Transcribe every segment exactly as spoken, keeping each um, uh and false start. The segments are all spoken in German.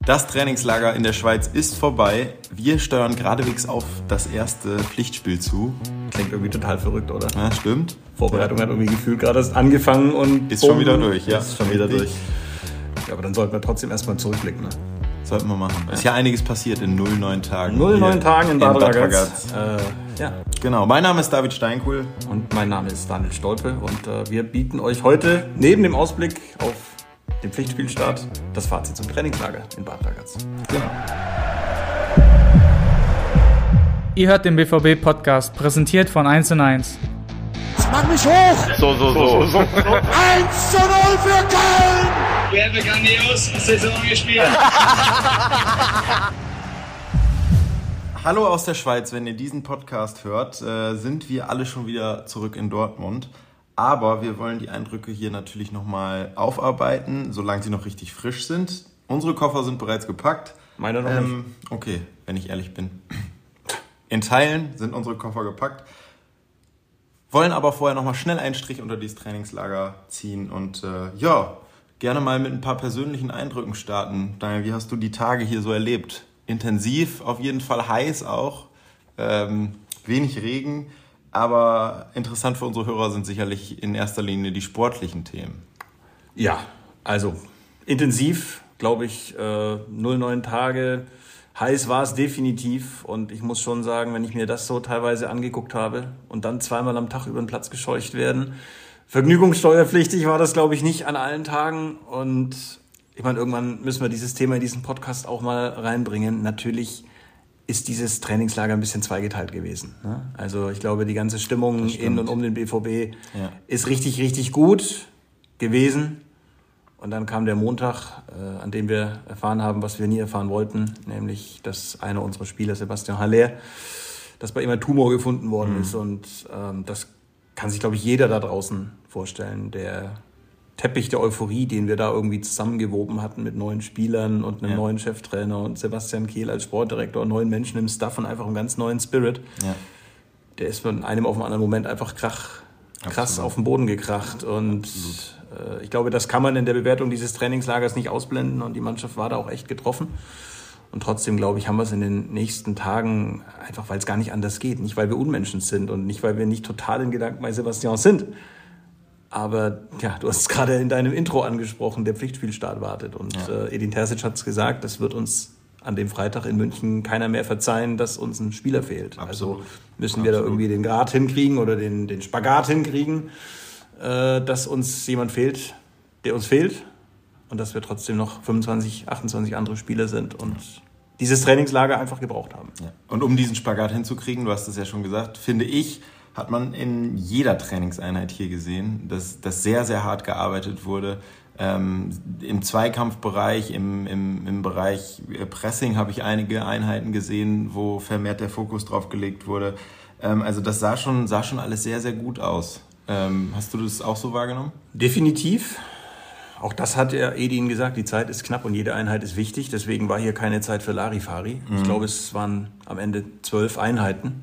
Das Trainingslager in der Schweiz ist vorbei. Wir steuern geradewegs auf das erste Pflichtspiel zu. Klingt irgendwie total verrückt, oder? Ja, stimmt. Vorbereitung ja. Hat irgendwie gefühlt gerade erst angefangen und... Ist schon wieder durch, ja. Ist schon wieder durch. Ja, aber dann sollten wir trotzdem erstmal zurückblicken, ne? Sollten wir machen. Ja. Ist ja einiges passiert in null neun Tagen. null neun Tagen in Bad, in Bad Ragaz. Ragaz. Äh, ja. Genau, mein Name ist David Steinkuhl. Und mein Name ist Daniel Stolpe. Und äh, wir bieten euch heute neben dem Ausblick auf den Pflichtspielstart das Fazit zum Trainingslager in Bad Ragaz. Genau. Ihr hört den B V B-Podcast, präsentiert von eins und eins. Jetzt mach mich hoch! So, so, so. so. eins zu null für Köln! Wir haben eine grandiose Saison gespielt. Hallo aus der Schweiz, wenn ihr diesen Podcast hört, äh, sind wir alle schon wieder zurück in Dortmund. Aber wir wollen die Eindrücke hier natürlich nochmal aufarbeiten, solange sie noch richtig frisch sind. Unsere Koffer sind bereits gepackt. Meine noch ähm, nicht. Okay, wenn ich ehrlich bin. In Teilen sind unsere Koffer gepackt. Wollen aber vorher nochmal schnell einen Strich unter dieses Trainingslager ziehen und äh, ja, gerne mal mit ein paar persönlichen Eindrücken starten. Daniel, wie hast du die Tage hier so erlebt? Intensiv, auf jeden Fall heiß auch, ähm, wenig Regen. Aber interessant für unsere Hörer sind sicherlich in erster Linie die sportlichen Themen. Ja, also intensiv, glaube ich, äh, null neun Tage. Heiß war es definitiv. Und ich muss schon sagen, wenn ich mir das so teilweise angeguckt habe und dann zweimal am Tag über den Platz gescheucht werden, vergnügungssteuerpflichtig war das, glaube ich, nicht an allen Tagen. Und ich meine, irgendwann müssen wir dieses Thema in diesen Podcast auch mal reinbringen. Natürlich ist dieses Trainingslager ein bisschen zweigeteilt gewesen. Ne? Also ich glaube, die ganze Stimmung in und um den B V B ja. ist richtig, richtig gut gewesen. Und dann kam der Montag, äh, an dem wir erfahren haben, was wir nie erfahren wollten, nämlich, dass einer unserer Spieler, Sebastian Haller, dass bei ihm ein Tumor gefunden worden mhm. ist. Und ähm, das kann sich, glaube ich, jeder da draußen vorstellen, der Teppich der Euphorie, den wir da irgendwie zusammengewoben hatten mit neuen Spielern und einem ja. neuen Cheftrainer und Sebastian Kehl als Sportdirektor und neuen Menschen im Staff und einfach einem ganz neuen Spirit. Ja. Der ist von einem auf den anderen Moment einfach krach, krass Absolut. auf den Boden gekracht. Und äh, ich glaube, das kann man in der Bewertung dieses Trainingslagers nicht ausblenden und die Mannschaft war da auch echt getroffen. Und trotzdem, glaube ich, haben wir es in den nächsten Tagen, einfach weil es gar nicht anders geht. Nicht, weil wir Unmenschen sind und nicht, weil wir nicht total in Gedanken bei Sebastian sind. Aber ja, du hast es gerade in deinem Intro angesprochen, der Pflichtspielstart wartet. Und ja. äh, Edin Terzic hat es gesagt, das wird uns an dem Freitag in München keiner mehr verzeihen, dass uns ein Spieler fehlt. Absolut. Also müssen wir Absolut. da irgendwie den Grat hinkriegen oder den, den Spagat hinkriegen, äh, dass uns jemand fehlt, der uns fehlt. Und dass wir trotzdem noch fünfundzwanzig, achtundzwanzig andere Spieler sind und dieses Trainingslager einfach gebraucht haben. Ja. Und um diesen Spagat hinzukriegen, du hast es ja schon gesagt, finde ich, hat man in jeder Trainingseinheit hier gesehen, dass, dass sehr, sehr hart gearbeitet wurde. Ähm, im Zweikampfbereich, im, im, im Bereich Pressing habe ich einige Einheiten gesehen, wo vermehrt der Fokus drauf gelegt wurde. Ähm, also das sah schon, sah schon alles sehr, sehr gut aus. Ähm, hast du das auch so wahrgenommen? Definitiv. Auch das hat ja Edin gesagt, die Zeit ist knapp und jede Einheit ist wichtig. Deswegen war hier keine Zeit für Larifari. Mhm. Ich glaube, es waren am Ende zwölf Einheiten.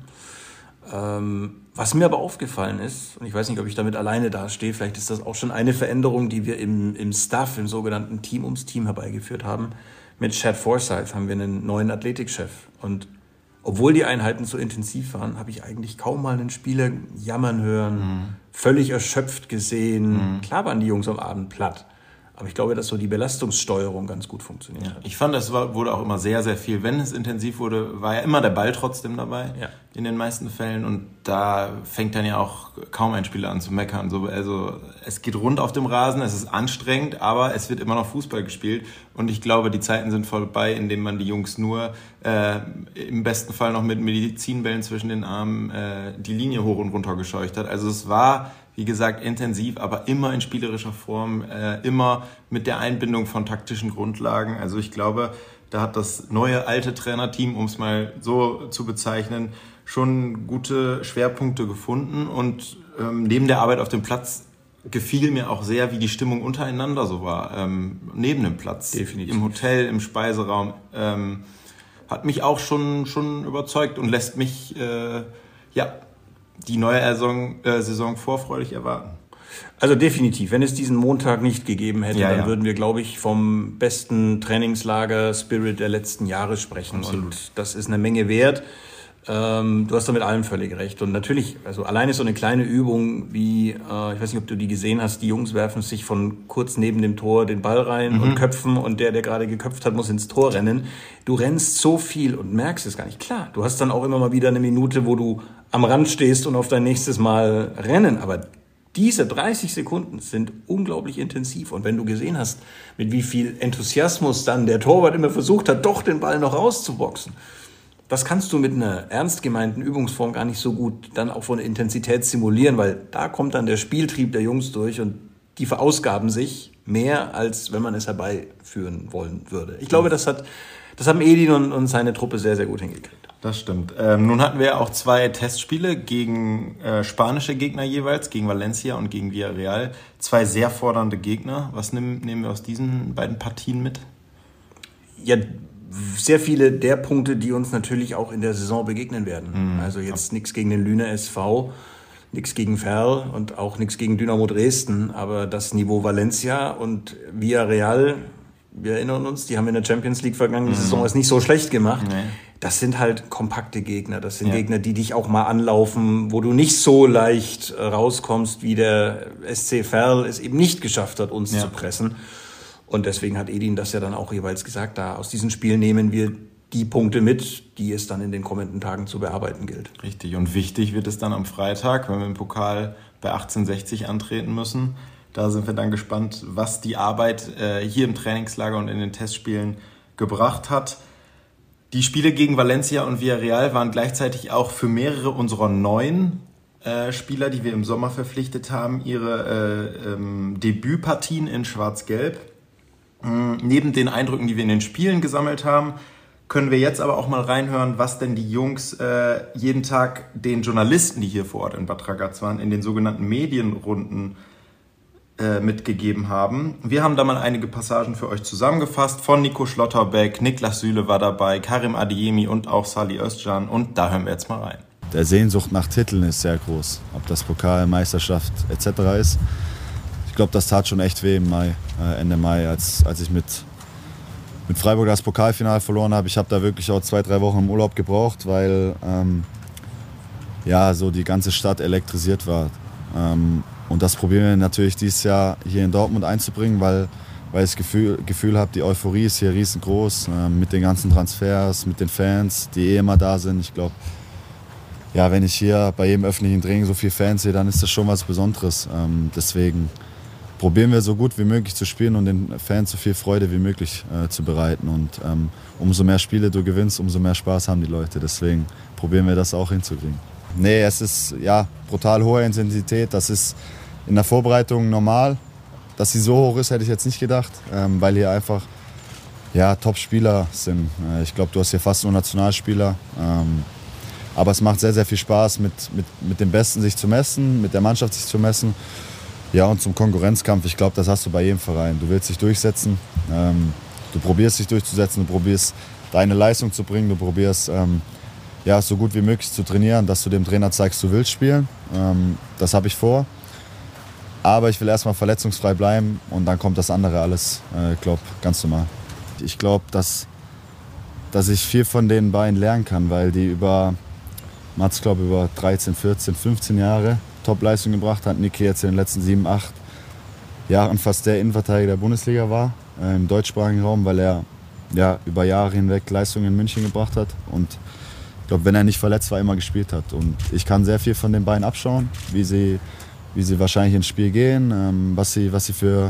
Ähm, was mir aber aufgefallen ist, und ich weiß nicht, ob ich damit alleine dastehe, vielleicht ist das auch schon eine Veränderung, die wir im, im Staff, im sogenannten Team ums Team herbeigeführt haben. Mit Chad Forsyth haben wir einen neuen Athletikchef. Und obwohl die Einheiten so intensiv waren, habe ich eigentlich kaum mal einen Spieler jammern hören, mhm. völlig erschöpft gesehen. Mhm. Klar waren die Jungs am Abend platt. Aber ich glaube, dass so die Belastungssteuerung ganz gut funktioniert ja, hat. Ich fand, es war, wurde auch immer sehr, sehr viel. Wenn es intensiv wurde, war ja immer der Ball trotzdem dabei, ja. in den meisten Fällen. Und da fängt dann ja auch kaum ein Spieler an zu meckern. So, also es geht rund auf dem Rasen, es ist anstrengend, aber es wird immer noch Fußball gespielt. Und ich glaube, die Zeiten sind vorbei, in denen man die Jungs nur äh, im besten Fall noch mit Medizinbällen zwischen den Armen äh, die Linie hoch und runter gescheucht hat. Also es war, wie gesagt, intensiv, aber immer in spielerischer Form, äh, immer mit der Einbindung von taktischen Grundlagen. Also ich glaube, da hat das neue, alte Trainerteam, um es mal so zu bezeichnen, schon gute Schwerpunkte gefunden. Und ähm, neben der Arbeit auf dem Platz gefiel mir auch sehr, wie die Stimmung untereinander so war, ähm, neben dem Platz. Definitiv. Im Hotel, im Speiseraum. Ähm, hat mich auch schon, schon überzeugt und lässt mich, äh, ja, die neue Saison, äh, Saison vorfreudig erwarten. Also definitiv, wenn es diesen Montag nicht gegeben hätte, ja, dann ja. würden wir, glaube ich, vom besten Trainingslager-Spirit der letzten Jahre sprechen. Absolut. Und das ist eine Menge wert. Ähm, du hast da mit allem völlig recht. Und natürlich, also alleine so eine kleine Übung wie, äh, ich weiß nicht, ob du die gesehen hast, die Jungs werfen sich von kurz neben dem Tor den Ball rein mhm. und köpfen und der, der gerade geköpft hat, muss ins Tor rennen. Du rennst so viel und merkst es gar nicht. Klar, du hast dann auch immer mal wieder eine Minute, wo du am Rand stehst und auf dein nächstes Mal rennen, aber diese dreißig Sekunden sind unglaublich intensiv. Und wenn du gesehen hast, mit wie viel Enthusiasmus dann der Torwart immer versucht hat, doch den Ball noch rauszuboxen, das kannst du mit einer ernst gemeinten Übungsform gar nicht so gut dann auch von der Intensität simulieren, weil da kommt dann der Spieltrieb der Jungs durch und die verausgaben sich mehr, als wenn man es herbeiführen wollen würde. Ich glaube, das hat, das haben Edin und, und seine Truppe sehr, sehr gut hingekriegt. Das stimmt. Ähm, nun hatten wir auch zwei Testspiele gegen äh, spanische Gegner jeweils, gegen Valencia und gegen Villarreal. Zwei sehr fordernde Gegner. Was nehmen, nehmen wir aus diesen beiden Partien mit? Ja, sehr viele der Punkte, die uns natürlich auch in der Saison begegnen werden. Mhm. Also jetzt nichts gegen den Lüne S V, nichts gegen Verl und auch nichts gegen Dynamo Dresden. Aber das Niveau Valencia und Villarreal, wir erinnern uns, die haben in der Champions League vergangene mhm. Saison es nicht so schlecht gemacht. Nee. Das sind halt kompakte Gegner. Das sind ja. Gegner, die dich auch mal anlaufen, wo du nicht so leicht rauskommst, wie der S C Verl es eben nicht geschafft hat, uns ja. zu pressen. Und deswegen hat Edin das ja dann auch jeweils gesagt, da aus diesen Spielen nehmen wir die Punkte mit, die es dann in den kommenden Tagen zu bearbeiten gilt. Richtig. Und wichtig wird es dann am Freitag, wenn wir im Pokal bei achtzehnhundertsechzig antreten müssen. Da sind wir dann gespannt, was die Arbeit äh, hier im Trainingslager und in den Testspielen gebracht hat. Die Spiele gegen Valencia und Villarreal waren gleichzeitig auch für mehrere unserer neuen äh, Spieler, die wir im Sommer verpflichtet haben, ihre äh, ähm, Debütpartien in Schwarz-Gelb. Ähm, neben den Eindrücken, die wir in den Spielen gesammelt haben, können wir jetzt aber auch mal reinhören, was denn die Jungs äh, jeden Tag den Journalisten, die hier vor Ort in Bad Ragaz waren, in den sogenannten Medienrunden äh, mitgegeben haben. Wir haben da mal einige Passagen für euch zusammengefasst. Von Nico Schlotterbeck, Niklas Süle war dabei, Karim Adeyemi und auch Salih Özcan. Und da hören wir jetzt mal rein. Der Sehnsucht nach Titeln ist sehr groß. Ob das Pokal, Meisterschaft et cetera ist. Ich glaube, das tat schon echt weh im Mai, äh, Ende Mai, als, als ich mit, mit Freiburg das Pokalfinale verloren habe. Ich habe da wirklich auch zwei, drei Wochen im Urlaub gebraucht, weil ähm, ja, so die ganze Stadt elektrisiert war. Ähm, und das probieren wir natürlich dieses Jahr hier in Dortmund einzubringen, weil, weil ich das Gefühl, Gefühl habe, die Euphorie ist hier riesengroß, ähm, mit den ganzen Transfers, mit den Fans, die eh immer da sind. Ich glaube, ja, wenn ich hier bei jedem öffentlichen Training so viele Fans sehe, dann ist das schon was Besonderes. Ähm, deswegen probieren wir so gut wie möglich zu spielen und den Fans so viel Freude wie möglich äh, zu bereiten. Und ähm, umso mehr Spiele du gewinnst, umso mehr Spaß haben die Leute. Deswegen probieren wir das auch hinzukriegen. Nee, es ist ja brutal hohe Intensität. Das ist in der Vorbereitung normal. Dass sie so hoch ist, hätte ich jetzt nicht gedacht, ähm, weil hier einfach ja, Top-Spieler sind. Äh, ich glaube, du hast hier fast nur Nationalspieler. Ähm, aber es macht sehr, sehr viel Spaß, mit, mit, mit dem Besten sich zu messen, mit der Mannschaft sich zu messen. Ja, und zum Konkurrenzkampf, ich glaube, das hast du bei jedem Verein. Du willst dich durchsetzen, ähm, du probierst dich durchzusetzen, du probierst deine Leistung zu bringen, du probierst ähm, ja, so gut wie möglich zu trainieren, dass du dem Trainer zeigst, du willst spielen. Ähm, das habe ich vor. Aber ich will erstmal verletzungsfrei bleiben und dann kommt das andere alles, äh, ich glaube, ganz normal. Ich glaube, dass, dass ich viel von den beiden lernen kann, weil die über, Mats, glaube über dreizehn, vierzehn, fünfzehn Jahre Top-Leistung gebracht hat. Niki jetzt in den letzten sieben, acht Jahren fast der Innenverteidiger der Bundesliga war, äh, im deutschsprachigen Raum, weil er ja, über Jahre hinweg Leistungen in München gebracht hat. Und ich glaube, wenn er nicht verletzt war, immer gespielt hat. Und ich kann sehr viel von den beiden abschauen, wie sie, wie sie wahrscheinlich ins Spiel gehen, ähm, was, sie, was, sie für,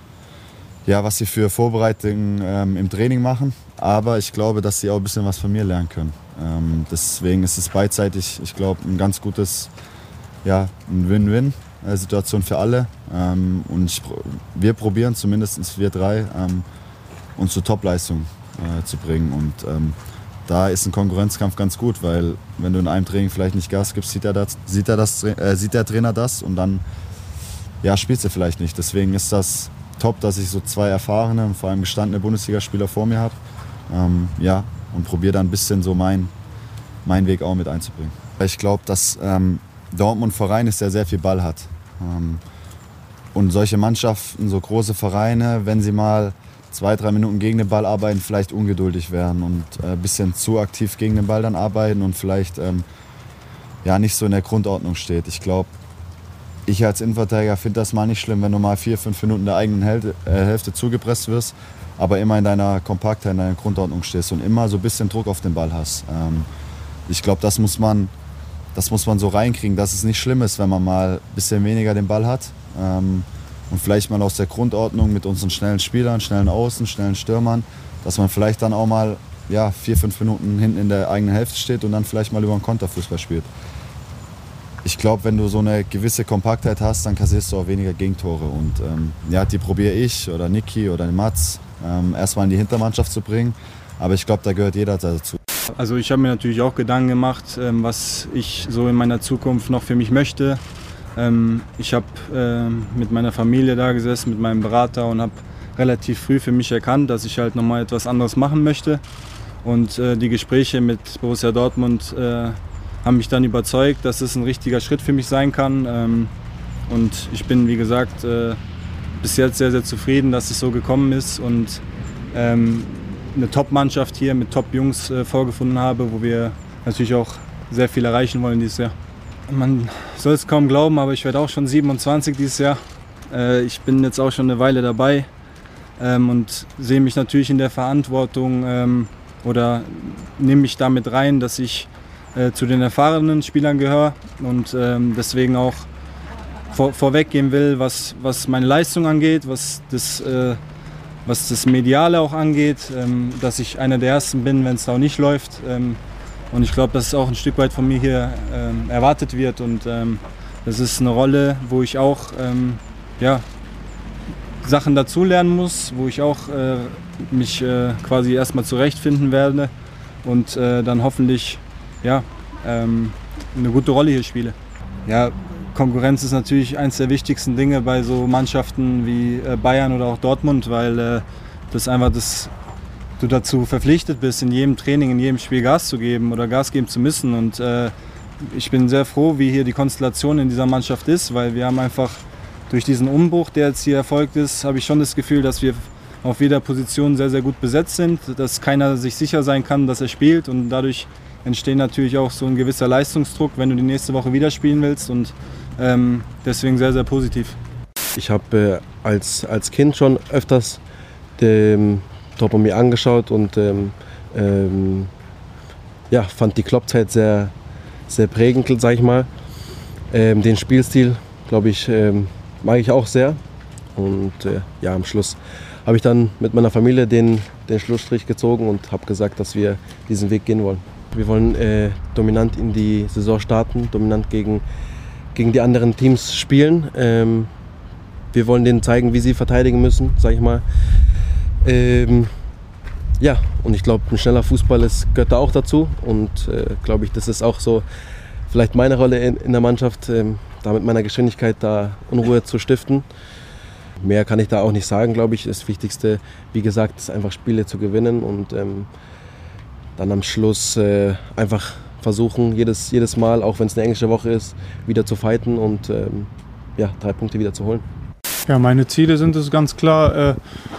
ja, was sie für Vorbereitungen ähm, im Training machen. Aber ich glaube, dass sie auch ein bisschen was von mir lernen können. Ähm, deswegen ist es beidseitig, ich glaube, ein ganz gutes, ja, ein Win-Win-Situation für alle. Ähm, und ich, wir probieren zumindest wir drei, ähm, uns zur Topleistung äh, zu bringen. Und ähm, da ist ein Konkurrenzkampf ganz gut, weil wenn du in einem Training vielleicht nicht Gas gibst, sieht, er das, sieht, er das, äh, sieht der Trainer das und dann ja, spielst du vielleicht nicht. Deswegen ist das top, dass ich so zwei erfahrene und vor allem gestandene Bundesligaspieler vor mir habe. Ähm, ja, und probiere dann ein bisschen so meinen mein Weg auch mit einzubringen. Ich glaube, dass ähm, Dortmund Verein ist, der sehr viel Ball hat. Ähm, und solche Mannschaften, so große Vereine, wenn sie mal zwei, drei Minuten gegen den Ball arbeiten, vielleicht ungeduldig werden und ein äh, bisschen zu aktiv gegen den Ball dann arbeiten und vielleicht ähm, ja, nicht so in der Grundordnung steht. Ich glaube, ich als Innenverteidiger finde das mal nicht schlimm, wenn du mal vier, fünf Minuten der eigenen Hälfte, äh, Hälfte zugepresst wirst, aber immer in deiner Kompaktheit, in deiner Grundordnung stehst und immer so ein bisschen Druck auf den Ball hast. Ähm, ich glaube, das muss man, das muss man so reinkriegen, dass es nicht schlimm ist, wenn man mal ein bisschen weniger den Ball hat. Ähm, und vielleicht mal aus der Grundordnung mit unseren schnellen Spielern, schnellen Außen, schnellen Stürmern, dass man vielleicht dann auch mal ja, vier, fünf Minuten hinten in der eigenen Hälfte steht und dann vielleicht mal über einen Konterfußball spielt. Ich glaube, wenn du so eine gewisse Kompaktheit hast, dann kassierst du auch weniger Gegentore. Und ähm, ja, die probiere ich oder Niki oder Mats ähm, erstmal in die Hintermannschaft zu bringen. Aber ich glaube, da gehört jeder dazu. Also ich habe mir natürlich auch Gedanken gemacht, ähm, was ich so in meiner Zukunft noch für mich möchte. Ähm, ich habe ähm, mit meiner Familie da gesessen, mit meinem Berater und habe relativ früh für mich erkannt, dass ich halt nochmal etwas anderes machen möchte. Und äh, die Gespräche mit Borussia Dortmund äh, haben mich dann überzeugt, dass es ein richtiger Schritt für mich sein kann. Ähm, und ich bin, wie gesagt, äh, bis jetzt sehr, sehr zufrieden, dass es so gekommen ist und ähm, eine Top-Mannschaft hier mit Top-Jungs äh, vorgefunden habe, wo wir natürlich auch sehr viel erreichen wollen dieses Jahr. Man soll es kaum glauben, aber ich werde auch schon siebenundzwanzig dieses Jahr. Äh, ich bin jetzt auch schon eine Weile dabei ähm, und sehe mich natürlich in der Verantwortung ähm, oder nehme mich damit rein, dass ich äh, zu den erfahrenen Spielern gehöre und ähm, deswegen auch vor, vorweggehen will, was, was meine Leistung angeht, was das, äh, was das Mediale auch angeht, ähm, dass ich einer der Ersten bin, wenn es da auch nicht läuft. Ähm, Und ich glaube, dass es auch ein Stück weit von mir hier ähm, erwartet wird. Und ähm, das ist eine Rolle, wo ich auch ähm, ja, Sachen dazulernen muss, wo ich auch äh, mich äh, quasi erstmal zurechtfinden werde und äh, dann hoffentlich ja, ähm, eine gute Rolle hier spiele. Ja, Konkurrenz ist natürlich eines der wichtigsten Dinge bei so Mannschaften wie äh, Bayern oder auch Dortmund, weil äh, das einfach das du dazu verpflichtet bist, in jedem Training, in jedem Spiel Gas zu geben oder Gas geben zu müssen. Und äh, ich bin sehr froh, wie hier die Konstellation in dieser Mannschaft ist, weil wir haben einfach durch diesen Umbruch, der jetzt hier erfolgt ist, habe ich schon das Gefühl, dass wir auf jeder Position sehr, sehr gut besetzt sind, dass keiner sich sicher sein kann, dass er spielt und dadurch entsteht natürlich auch so ein gewisser Leistungsdruck, wenn du die nächste Woche wieder spielen willst und ähm, deswegen sehr, sehr positiv. Ich habe äh, als, als Kind schon öfters dem Dortmund mir angeschaut und ähm, ähm, ja, fand die Klopp-Zeit sehr, sehr prägend, sag ich mal. Ähm, den Spielstil, glaube ich, ähm, mag ich auch sehr. Und äh, ja, am Schluss habe ich dann mit meiner Familie den, den Schlussstrich gezogen und habe gesagt, dass wir diesen Weg gehen wollen. Wir wollen äh, dominant in die Saison starten, dominant gegen, gegen die anderen Teams spielen. Ähm, wir wollen denen zeigen, wie sie verteidigen müssen, sag ich mal. Ähm, ja, und ich glaube, ein schneller Fußball ist, gehört da auch dazu und äh, glaube ich, das ist auch so vielleicht meine Rolle in, in der Mannschaft, ähm, da mit meiner Geschwindigkeit da Unruhe zu stiften. Mehr kann ich da auch nicht sagen, glaube ich. Das Wichtigste, wie gesagt, ist einfach Spiele zu gewinnen und ähm, dann am Schluss äh, einfach versuchen, jedes, jedes Mal, auch wenn es eine englische Woche ist, wieder zu fighten und ähm, ja, drei Punkte wieder zu holen. Ja, meine Ziele sind es ganz klar, äh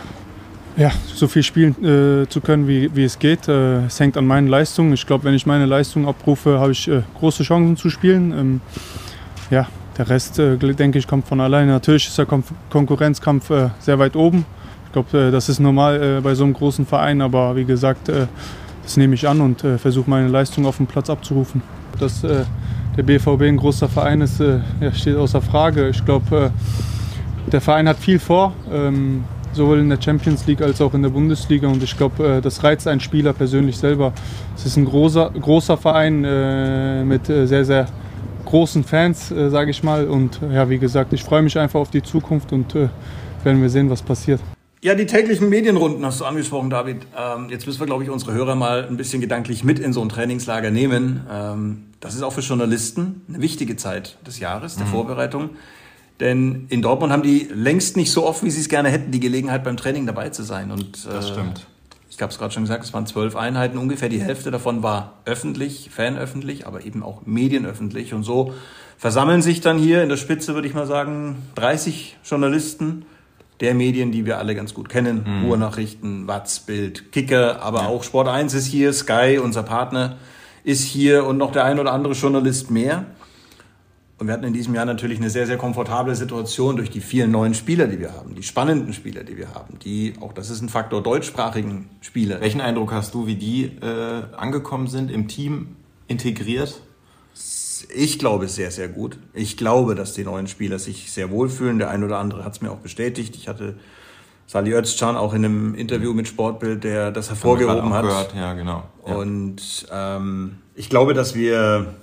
Ja, so viel spielen äh, zu können, wie, wie es geht. Äh, es hängt an meinen Leistungen. Ich glaube, wenn ich meine Leistung abrufe, habe ich äh, große Chancen zu spielen. Ähm, ja, der Rest, äh, denke ich, kommt von alleine. Natürlich ist der Kon- Konkurrenzkampf äh, sehr weit oben. Ich glaube, äh, das ist normal äh, bei so einem großen Verein. Aber wie gesagt, äh, das nehme ich an und äh, versuche meine Leistung auf dem Platz abzurufen. Dass äh, der B V B ein großer Verein ist, äh, ja, steht außer Frage. Ich glaube, äh, der Verein hat viel vor. Ähm, sowohl in der Champions League als auch in der Bundesliga. Und ich glaube, das reizt einen Spieler persönlich selber. Es ist ein großer, großer Verein äh, mit äh, sehr, sehr großen Fans, äh, sage ich mal. Und ja, wie gesagt, ich freue mich einfach auf die Zukunft und äh, werden wir sehen, was passiert. Ja, die täglichen Medienrunden hast du angesprochen, David. Ähm, jetzt müssen wir, glaube ich, unsere Hörer mal ein bisschen gedanklich mit in so ein Trainingslager nehmen. Ähm, das ist auch für Journalisten eine wichtige Zeit des Jahres, der mhm. Vorbereitung. Denn in Dortmund haben die längst nicht so oft, wie sie es gerne hätten, die Gelegenheit beim Training dabei zu sein. Und, das äh, stimmt. ich habe es gerade schon gesagt, es waren zwölf Einheiten, ungefähr die Hälfte davon war öffentlich, fanöffentlich, aber eben auch medienöffentlich. Und so versammeln sich dann hier in der Spitze, würde ich mal sagen, dreißig Journalisten der Medien, die wir alle ganz gut kennen. Mhm. Ruhrnachrichten, Watz, Bild, Kicker, aber ja. auch Sport eins ist hier, Sky, unser Partner, ist hier und noch der ein oder andere Journalist mehr. Und wir hatten in diesem Jahr natürlich eine sehr, sehr komfortable Situation durch die vielen neuen Spieler, die wir haben, die spannenden Spieler, die wir haben, die, auch das ist ein Faktor, deutschsprachigen Spieler. Welchen Eindruck hast du, wie die äh, angekommen sind, im Team integriert? Ich glaube sehr, sehr gut. Ich glaube, dass die neuen Spieler sich sehr wohlfühlen. Der ein oder andere hat es mir auch bestätigt. Ich hatte Salih Özcan auch in einem Interview mit Sportbild, der das hervorgehoben hat. Gehört. Ja, genau. Ja. Und ähm, ich glaube, dass wir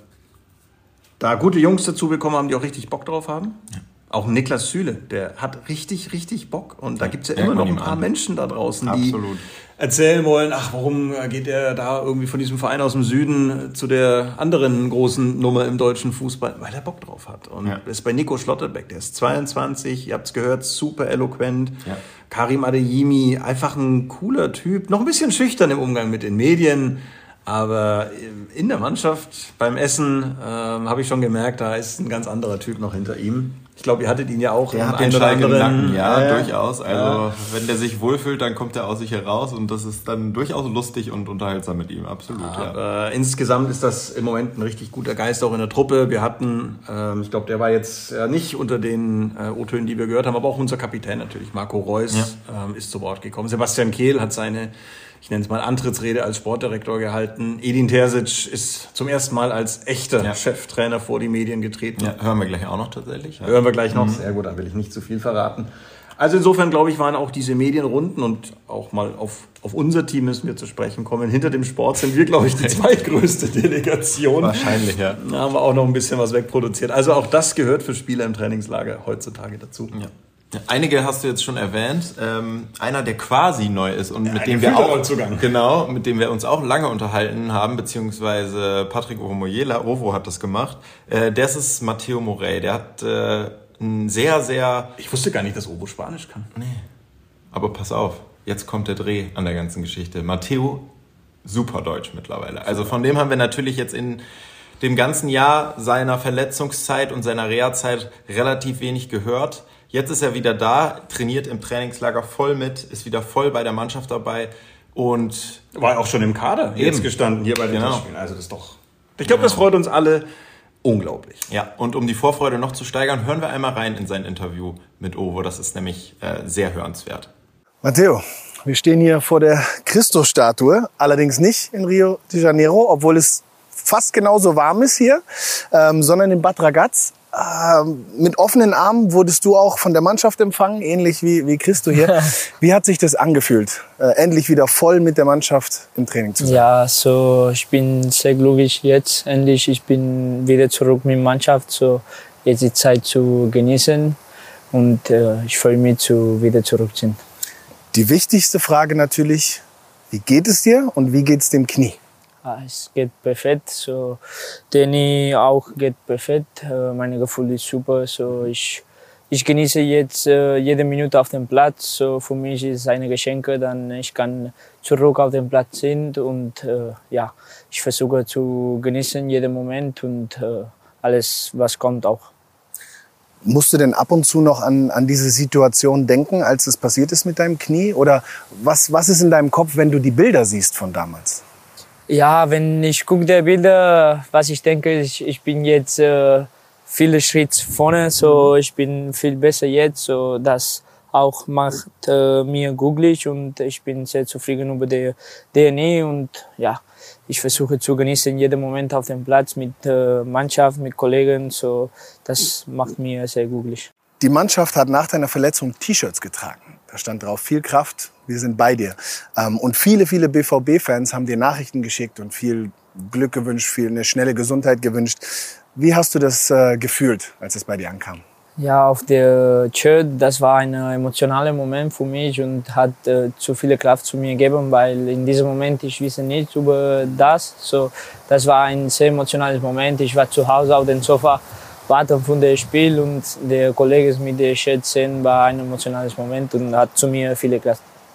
da gute Jungs dazu bekommen haben, die auch richtig Bock drauf haben. Ja. Auch Niklas Süle, der hat richtig, richtig Bock. Und da gibt es ja immer noch ein paar an. Menschen da draußen, Absolut. die erzählen wollen, ach, warum geht er da irgendwie von diesem Verein aus dem Süden zu der anderen großen Nummer im deutschen Fußball? Weil er Bock drauf hat. Und ja. das ist bei Nico Schlotterbeck, der ist zweiundzwanzig, ihr habt es gehört, super eloquent. Ja. Karim Adeyemi, einfach ein cooler Typ, noch ein bisschen schüchtern im Umgang mit den Medien. Aber in der Mannschaft, beim Essen, ähm, habe ich schon gemerkt, da ist ein ganz anderer Typ noch hinter ihm. Ich glaube, ihr hattet ihn ja auch der hat den Schalke im Nacken, ja, ja, durchaus. Also ja. wenn der sich wohlfühlt, dann kommt er aus sich heraus und das ist dann durchaus lustig und unterhaltsam mit ihm, absolut. Aber ja. insgesamt ist das im Moment ein richtig guter Geist auch in der Truppe. Wir hatten, ähm, ich glaube, der war jetzt ja nicht unter den äh, O-Tönen, die wir gehört haben, aber auch unser Kapitän natürlich, Marco Reus, ja. ähm, ist zu Wort gekommen. Sebastian Kehl hat seine, ich nenne es mal, Antrittsrede als Sportdirektor gehalten. Edin Terzic ist zum ersten Mal als echter ja. Cheftrainer vor die Medien getreten. Ja, hören wir gleich auch noch tatsächlich. Ja. Hören wir gleich noch. Mhm. Sehr gut, da will ich nicht zu viel verraten. Also insofern, glaube ich, waren auch diese Medienrunden und auch mal auf, auf unser Team müssen wir zu sprechen kommen. Hinter dem Sport sind wir, glaube ich, die zweitgrößte Delegation. Wahrscheinlich, ja. Da haben wir auch noch ein bisschen was wegproduziert. Also auch das gehört für Spieler im Trainingslager heutzutage dazu. Ja. Einige hast du jetzt schon erwähnt. Ähm, einer, der quasi neu ist und ja, mit dem wir auch genau, mit dem wir uns auch lange unterhalten haben, beziehungsweise Patrick Ovomoyela, Ovo hat das gemacht. Äh, das ist Matteo Morey. Der hat äh, ein sehr, sehr. Ich wusste gar nicht, dass Ovo Spanisch kann. Nee. Aber pass auf, jetzt kommt der Dreh an der ganzen Geschichte. Matteo, super Deutsch mittlerweile. Also von dem haben wir natürlich jetzt in dem ganzen Jahr seiner Verletzungszeit und seiner Reha-Zeit relativ wenig gehört. Jetzt ist er wieder da, trainiert im Trainingslager voll mit, ist wieder voll bei der Mannschaft dabei und war auch schon im Kader eben jetzt gestanden hier bei den genau. Spielen. Also das ist doch. Ich glaube, das freut uns alle unglaublich. Ja, und um die Vorfreude noch zu steigern, hören wir einmal rein in sein Interview mit Ovo. Das ist nämlich äh, sehr hörenswert. Matteo, wir stehen hier vor der Christus-Statue, allerdings nicht in Rio de Janeiro, obwohl es fast genauso warm ist hier, ähm, sondern in Bad Ragaz. Ähm, mit offenen Armen wurdest du auch von der Mannschaft empfangen, ähnlich wie, wie Christo hier. Wie hat sich das angefühlt, äh, endlich wieder voll mit der Mannschaft im Training zu sein? Ja, so, ich bin sehr glücklich jetzt. Endlich, ich bin wieder zurück mit der Mannschaft. So, jetzt die Zeit zu genießen und äh, ich freue mich, zu, wieder zurück zu sein. Die wichtigste Frage natürlich, wie geht es dir und wie geht es dem Knie? Es geht perfekt, so Training auch geht perfekt. Mein Gefühl ist super, so ich ich genieße jetzt jede Minute auf dem Platz. So für mich ist es ein Geschenk, dann ich kann zurück auf dem Platz sind und äh, ja, ich versuche zu genießen jeden Moment und äh, alles, was kommt auch. Musst du denn ab und zu noch an, an diese Situation denken, als es passiert ist mit deinem Knie? Oder was, was ist in deinem Kopf, wenn du die Bilder siehst von damals? Ja, wenn ich gucke die Bilder, was ich denke, ich, ich bin jetzt äh, viele Schritte vorne, so ich bin viel besser jetzt, so das auch macht äh, mir glücklich und ich bin sehr zufrieden über die D N A und ja, ich versuche zu genießen jeden Moment auf dem Platz mit äh, Mannschaft, mit Kollegen, so das macht mir sehr glücklich. Die Mannschaft hat nach deiner Verletzung T-Shirts getragen. Da stand drauf, viel Kraft, wir sind bei dir. Und viele, viele B V B-Fans haben dir Nachrichten geschickt und viel Glück gewünscht, viel eine schnelle Gesundheit gewünscht. Wie hast du das äh, gefühlt, als es bei dir ankam? Ja, auf der Shirt, das war ein emotionaler Moment für mich und hat äh, zu viel Kraft zu mir gegeben, weil in diesem Moment ich wusste nicht über das. So, das war ein sehr emotionales Moment. Ich war zu Hause auf dem Sofa, warten von dem Spiel und der Kollege mit der Shirt sehen war ein emotionales Moment und hat zu mir viele Kraft gegeben.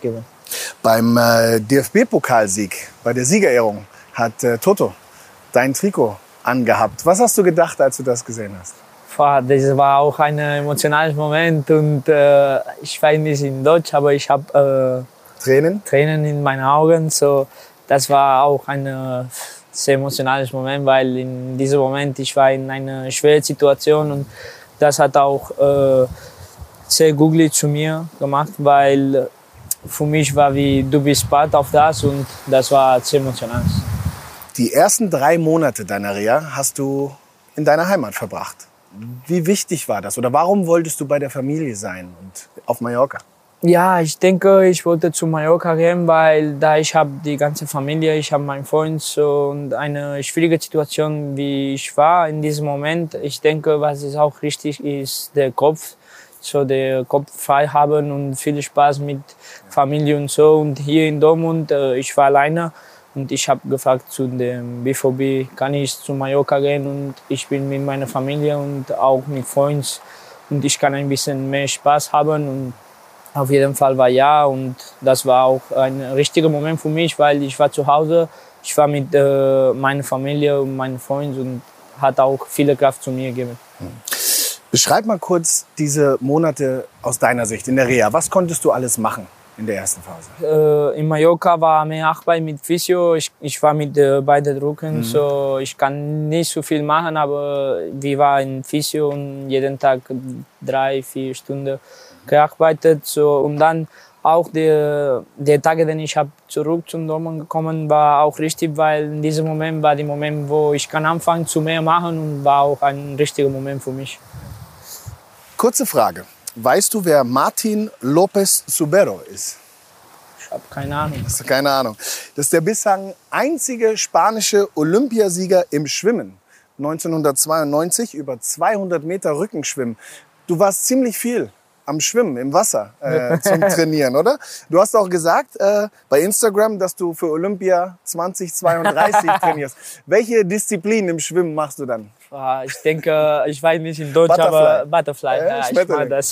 Beim äh, D F B-Pokalsieg, bei der Siegerehrung, hat äh, Toto dein Trikot angehabt. Was hast du gedacht, als du das gesehen hast? Das war auch ein emotionales Moment und äh, ich weiß nicht in Deutsch, aber ich habe äh, Tränen? Tränen in meinen Augen. So, das war auch ein äh, sehr emotionales Moment, weil in diesem Moment ich war in einer schweren Situation und das hat auch äh, sehr glücklich zu mir gemacht, weil für mich war wie du bist part auf das und das war sehr emotional. Die ersten drei Monate deiner Reha hast du in deiner Heimat verbracht. Wie wichtig war das oder warum wolltest du bei der Familie sein und auf Mallorca? Ja, ich denke, ich wollte zu Mallorca gehen, weil da ich habe die ganze Familie, ich habe meinen Freund so, und eine schwierige Situation, wie ich war in diesem Moment. Ich denke, was ist auch richtig ist, der Kopf, so der Kopf frei haben und viel Spaß mit Familie und so. Und hier in Dortmund, ich war alleine. Und ich habe gefragt zu dem B V B, kann ich zu Mallorca gehen und ich bin mit meiner Familie und auch mit Freunden und ich kann ein bisschen mehr Spaß haben und auf jeden Fall war ja und das war auch ein richtiger Moment für mich, weil ich war zu Hause, ich war mit äh, meiner Familie und meinen Freunden und hat auch viele Kraft zu mir gegeben. Beschreib mal kurz diese Monate aus deiner Sicht in der Reha. Was konntest du alles machen in der ersten Phase? Äh, in Mallorca war mehr Arbeit mit Physio. Ich, ich war mit äh, beiden Rücken, mhm. so ich kann nicht so viel machen, aber wir waren in Physio und jeden Tag drei, vier Stunden gearbeitet. So. Und dann auch der, der Tage, den ich hab zurück zum Dortmund gekommen, war auch richtig, weil in diesem Moment war der Moment, wo ich kann anfangen zu mehr machen und war auch ein richtiger Moment für mich. Kurze Frage. Weißt du, wer Martin López Zubero ist? Ich habe keine Ahnung. Hast du keine Ahnung. Das ist der bislang einzige spanische Olympiasieger im Schwimmen. neunzehnhundertzweiundneunzig über zweihundert Meter Rückenschwimmen. Du warst ziemlich viel am Schwimmen, im Wasser äh, zum Trainieren, oder? Du hast auch gesagt äh, bei Instagram, dass du für Olympia zweitausendzweiunddreißig trainierst. Welche Disziplin im Schwimmen machst du dann? Ich denke, ich weiß nicht in Deutsch, Butterfly. aber Butterfly. Äh, ja, ich mag das.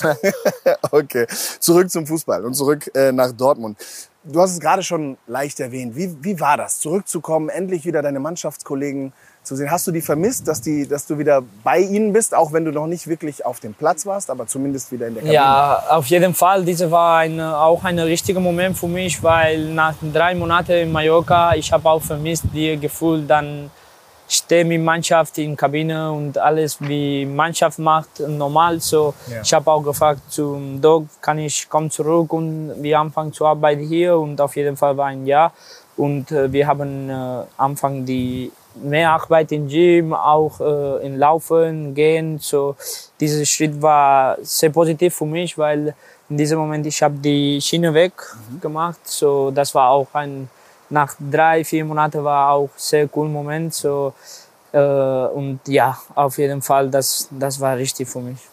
Okay, zurück zum Fußball und zurück äh, nach Dortmund. Du hast es gerade schon leicht erwähnt. Wie, wie war das, zurückzukommen, endlich wieder deine Mannschaftskollegen zu sehen? Hast du die vermisst, dass, die, dass du wieder bei ihnen bist, auch wenn du noch nicht wirklich auf dem Platz warst, aber zumindest wieder in der Kabine? Ja, auf jeden Fall. Diese war eine, auch ein richtiger Moment für mich, weil nach drei Monaten in Mallorca, ich habe auch vermisst, das Gefühl, dann stehe mit Mannschaft in der Kabine und alles wie Mannschaft macht normal. So, ja. Ich habe auch gefragt zum Doc, kann ich kommen zurück und wir anfangen zu arbeiten hier und auf jeden Fall war ein Ja und äh, wir haben äh, anfangen die mehr Arbeit im Gym, auch äh, in Laufen, Gehen. So, dieser Schritt war sehr positiv für mich, weil in diesem Moment ich habe die Schiene weg mhm. gemacht. So, das war auch ein Nach drei, vier Monaten war auch ein sehr cooler Moment. So, äh, und ja, auf jeden Fall, das, das war richtig für mich.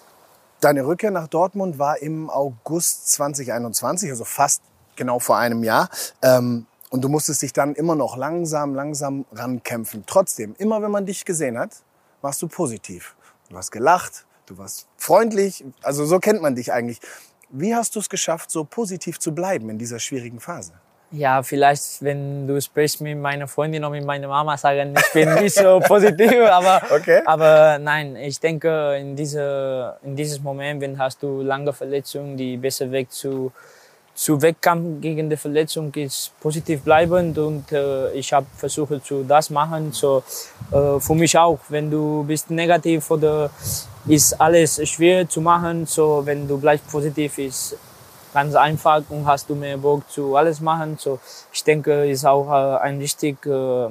Deine Rückkehr nach Dortmund war im August zweitausendeinundzwanzig, also fast genau vor einem Jahr. Ähm, und du musstest dich dann immer noch langsam, langsam rankämpfen. Trotzdem, immer wenn man dich gesehen hat, warst du positiv. Du hast gelacht, du warst freundlich, also so kennt man dich eigentlich. Wie hast du es geschafft, so positiv zu bleiben in dieser schwierigen Phase? Ja, vielleicht, wenn du sprichst mit meiner Freundin oder mit meiner Mama, sagen, ich bin nicht so positiv, aber, okay. aber nein, ich denke, in, diese, in diesem Moment, wenn hast du lange Verletzungen, die besser Weg zu, zu Wettkampf gegen die Verletzung ist positiv bleibend und äh, ich habe versucht zu das machen, so äh, für mich auch, wenn du bist negativ oder ist alles schwer zu machen, so wenn du bleibst positiv ist ganz einfach und hast du mehr Bock zu alles machen. So, ich denke, ist auch äh, ein richtig, äh,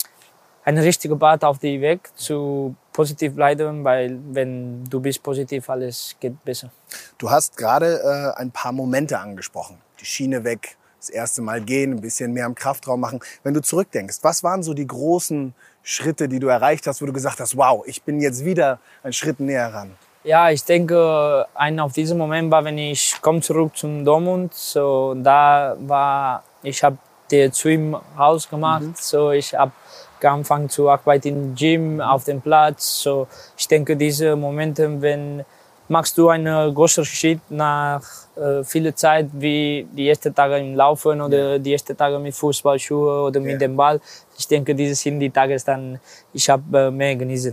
eine richtige Part auf dem Weg zu positiv bleiben, weil wenn du bist positiv, alles geht besser. Du hast gerade äh, ein paar Momente angesprochen. Die Schiene weg, das erste Mal gehen, ein bisschen mehr im Kraftraum machen. Wenn du zurückdenkst, was waren so die großen Schritte, die du erreicht hast, wo du gesagt hast, wow, ich bin jetzt wieder einen Schritt näher ran? Ja, ich denke, ein auf diesen Moment war, wenn ich komme zurück zum Dortmund. So, da war, ich habe den Swim rausgemacht. Mhm. So, ich habe angefangen zu arbeiten im Gym, auf dem Platz. So, ich denke, diese Momente, wenn machst du einen großen Schritt nach äh, viel Zeit, wie die ersten Tage im Laufen oder die ersten Tage mit Fußballschuhe oder mit ja. dem Ball. Ich denke, diese sind die Tage, dann ich habe äh, mehr genießen.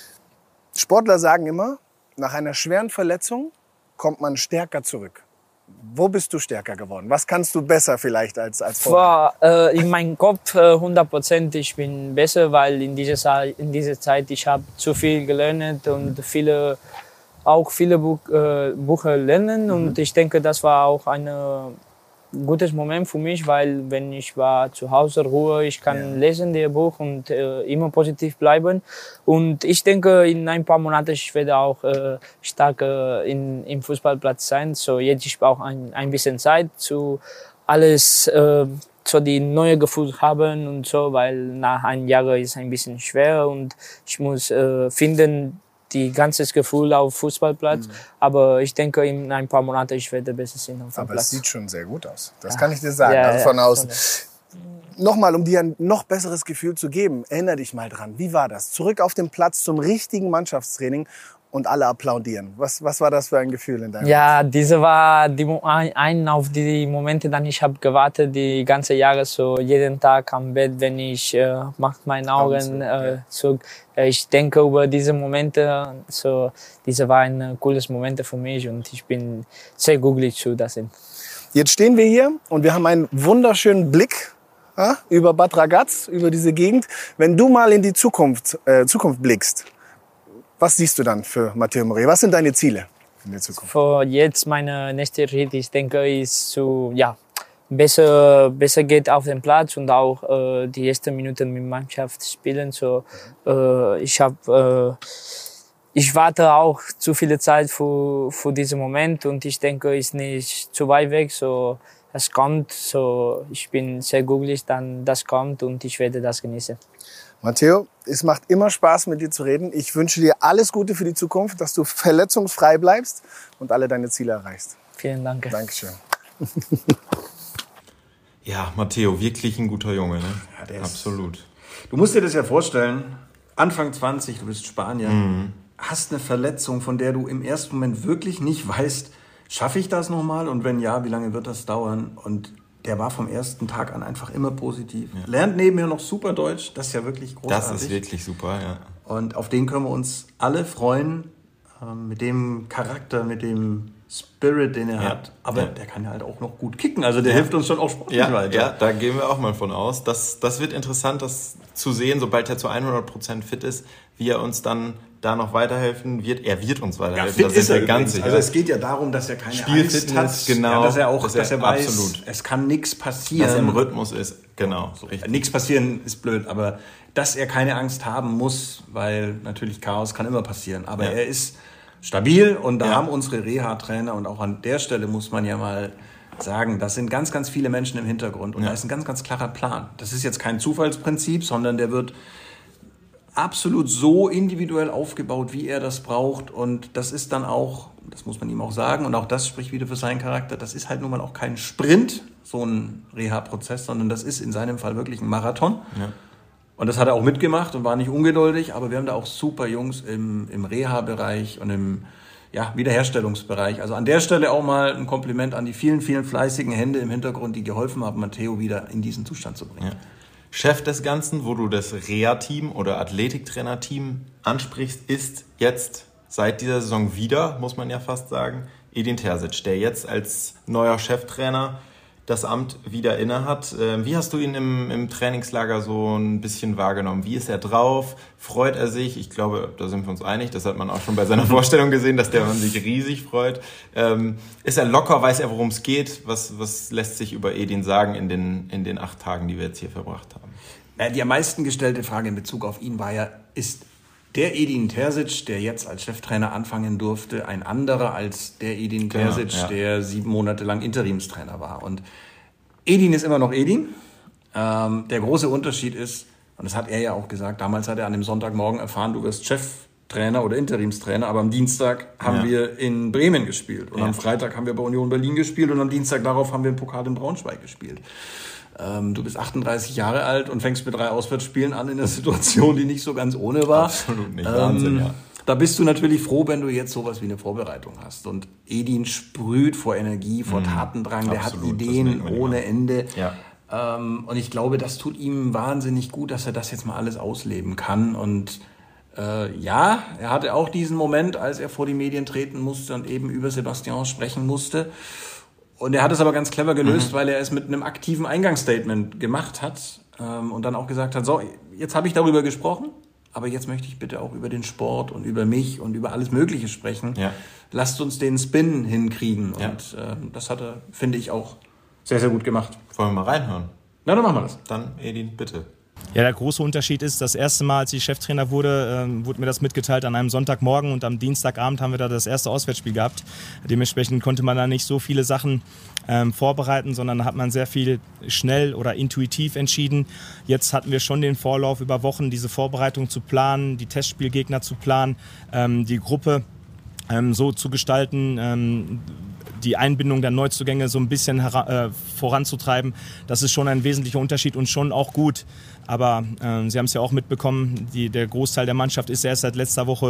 Sportler sagen immer, nach einer schweren Verletzung kommt man stärker zurück. Wo bist du stärker geworden? Was kannst du besser vielleicht als als vorher? Äh, in meinem Kopf äh, hundert Prozent. Ich bin besser, weil in dieser in dieser Zeit ich habe zu viel gelernt und viele auch viele Buch, äh, Bücher lernen mhm. und ich denke, das war auch ein gutes Moment für mich, weil wenn ich war zu Hause Ruhe, ich kann ja. lesen das Buch und äh, immer positiv bleiben und ich denke, in ein paar Monaten ich werde auch äh, stark äh, in im Fußballplatz sein. So jetzt ich brauche ein ein bisschen Zeit zu alles äh, so die neue Gefühl haben und so, weil nach einem Jahr ist ein bisschen schwer und ich muss äh, finden die ganzes Gefühl auf Fußballplatz. Mhm. Aber ich denke, in ein paar Monaten ich werde besser sein auf dem Aber Platz. es sieht schon sehr gut aus. Das ja. kann ich dir sagen. Ja, also von ja, außen. Nochmal, um dir ein noch besseres Gefühl zu geben, erinnere dich mal dran. Wie war das? Zurück auf den Platz zum richtigen Mannschaftstraining und alle applaudieren. Was, was war das für ein Gefühl in deinem Ja, Herzen? Diese war die, ein auf die Momente, dann ich habe gewartet die ganze Jahre so jeden Tag am Bett, wenn ich äh, mache meine Augen äh, so, äh, ich denke über diese Momente, so diese war ein cooles Momente für mich und ich bin sehr glücklich zu das sind. Jetzt stehen wir hier und wir haben einen wunderschönen Blick ja, über Bad Ragaz, über diese Gegend. Wenn du mal in die Zukunft, äh, Zukunft blickst, was siehst du dann für Matteo Morey? Was sind deine Ziele in der Zukunft? Für jetzt meine nächste Schritt, ich denke, ist zu ja besser besser geht auf dem Platz und auch äh, die ersten Minuten mit Mannschaft spielen. So äh, ich habe äh, ich warte auch zu viele Zeit für für diesen Moment und ich denke, ist nicht zu weit weg. So es kommt. So ich bin sehr glücklich, dann das kommt und ich werde das genießen. Matteo, es macht immer Spaß, mit dir zu reden. Ich wünsche dir alles Gute für die Zukunft, dass du verletzungsfrei bleibst und alle deine Ziele erreichst. Vielen Dank. Dankeschön. Ja, Matteo, wirklich ein guter Junge, ne? Ja, der ist, absolut. Du musst dir das ja vorstellen, Anfang zwanzig, du bist Spanier, mhm. hast eine Verletzung, von der du im ersten Moment wirklich nicht weißt, schaffe ich das nochmal und wenn ja, wie lange wird das dauern? Und der war vom ersten Tag an einfach immer positiv. Ja. Lernt nebenher noch super Deutsch, das ist ja wirklich großartig. Das ist wirklich super, ja. Und auf den können wir uns alle freuen, mit dem Charakter, mit dem Spirit, den er ja. hat. Aber ja. der kann ja halt auch noch gut kicken, also der ja. hilft uns schon auch sportlich ja, weiter. Ja, da gehen wir auch mal von aus. Das, das wird interessant, das zu sehen, sobald er zu hundert Prozent fit ist, wie er uns dann da noch weiterhelfen wird. Er wird uns weiterhelfen. Ja, fit ist er ganz sicher. Also es geht ja darum, dass er keine Spielfit Angst hat, genau, ja, dass er auch, dass er, dass er weiß, absolut. es kann nichts passieren. Dass er im Rhythmus ist, genau. So. Nichts passieren ist blöd, aber dass er keine Angst haben muss, weil natürlich Chaos kann immer passieren. Aber ja. er ist stabil und da ja. haben unsere Reha-Trainer und auch an der Stelle muss man ja mal sagen, das sind ganz, ganz viele Menschen im Hintergrund und ja. da ist ein ganz, ganz klarer Plan. Das ist jetzt kein Zufallsprinzip, sondern der wird absolut so individuell aufgebaut, wie er das braucht und das ist dann auch, das muss man ihm auch sagen und auch das spricht wieder für seinen Charakter, das ist halt nun mal auch kein Sprint, so ein Reha-Prozess, sondern das ist in seinem Fall wirklich ein Marathon. Ja. Und das hat er auch mitgemacht und war nicht ungeduldig, aber wir haben da auch super Jungs im, im Reha-Bereich und im ja, Wiederherstellungsbereich. Also an der Stelle auch mal ein Kompliment an die vielen, vielen fleißigen Hände im Hintergrund, die geholfen haben, Matteo wieder in diesen Zustand zu bringen. Ja. Chef des Ganzen, wo du das Reha-Team oder Athletiktrainer-Team ansprichst, ist jetzt seit dieser Saison wieder, muss man ja fast sagen, Edin Terzic, der jetzt als neuer Cheftrainer das Amt wieder innehat. Wie hast du ihn im, im Trainingslager so ein bisschen wahrgenommen? Wie ist er drauf? Freut er sich? Ich glaube, da sind wir uns einig. Das hat man auch schon bei seiner Vorstellung gesehen, dass der Mann sich riesig freut. Ähm, ist er locker? Weiß er, worum es geht? Was, was lässt sich über Edin sagen in den, in den acht Tagen, die wir jetzt hier verbracht haben? Die am meisten gestellte Frage in Bezug auf ihn war ja, ist der Edin Terzic, der jetzt als Cheftrainer anfangen durfte, ein anderer als der Edin genau, Terzic, ja. der sieben Monate lang Interimstrainer war. Und Edin ist immer noch Edin. Ähm, der große Unterschied ist, und das hat er ja auch gesagt, damals hat er an dem Sonntagmorgen erfahren, du wirst Cheftrainer oder Interimstrainer, aber am Dienstag haben ja. wir in Bremen gespielt und ja. am Freitag haben wir bei Union Berlin gespielt und am Dienstag darauf haben wir einen Pokal in Braunschweig gespielt. Ähm, du bist achtunddreißig Jahre alt und fängst mit drei Auswärtsspielen an in einer Situation, die nicht so ganz ohne war. Absolut nicht, Wahnsinn, ähm, ja. da bist du natürlich froh, wenn du jetzt sowas wie eine Vorbereitung hast. Und Edin sprüht vor Energie, vor mhm. Tatendrang, der Absolut, hat Ideen ohne Ende. Ja. Ähm, und ich glaube, das tut ihm wahnsinnig gut, dass er das jetzt mal alles ausleben kann. Und äh, ja, er hatte auch diesen Moment, als er vor die Medien treten musste und eben über Sebastian sprechen musste. Und er hat es aber ganz clever gelöst, mhm. weil er es mit einem aktiven Eingangsstatement gemacht hat ähm, und dann auch gesagt hat, so, jetzt habe ich darüber gesprochen, aber jetzt möchte ich bitte auch über den Sport und über mich und über alles Mögliche sprechen. Ja. Lasst uns den Spin hinkriegen. Ja. Und äh, das hat er, finde ich, auch sehr, sehr gut gemacht. Wollen wir mal reinhören? Na, dann machen wir das. Dann, Edin, bitte. Ja, der große Unterschied ist, das erste Mal, als ich Cheftrainer wurde, äh, wurde mir das mitgeteilt an einem Sonntagmorgen und am Dienstagabend haben wir da das erste Auswärtsspiel gehabt. Dementsprechend konnte man da nicht so viele Sachen ähm, vorbereiten, sondern hat man sehr viel schnell oder intuitiv entschieden. Jetzt hatten wir schon den Vorlauf über Wochen, diese Vorbereitung zu planen, die Testspielgegner zu planen, ähm, die Gruppe ähm, so zu gestalten, ähm, die Einbindung der Neuzugänge so ein bisschen hera- äh, voranzutreiben. Das ist schon ein wesentlicher Unterschied und schon auch gut. Aber äh, Sie haben es ja auch mitbekommen, die, der Großteil der Mannschaft ist erst seit letzter Woche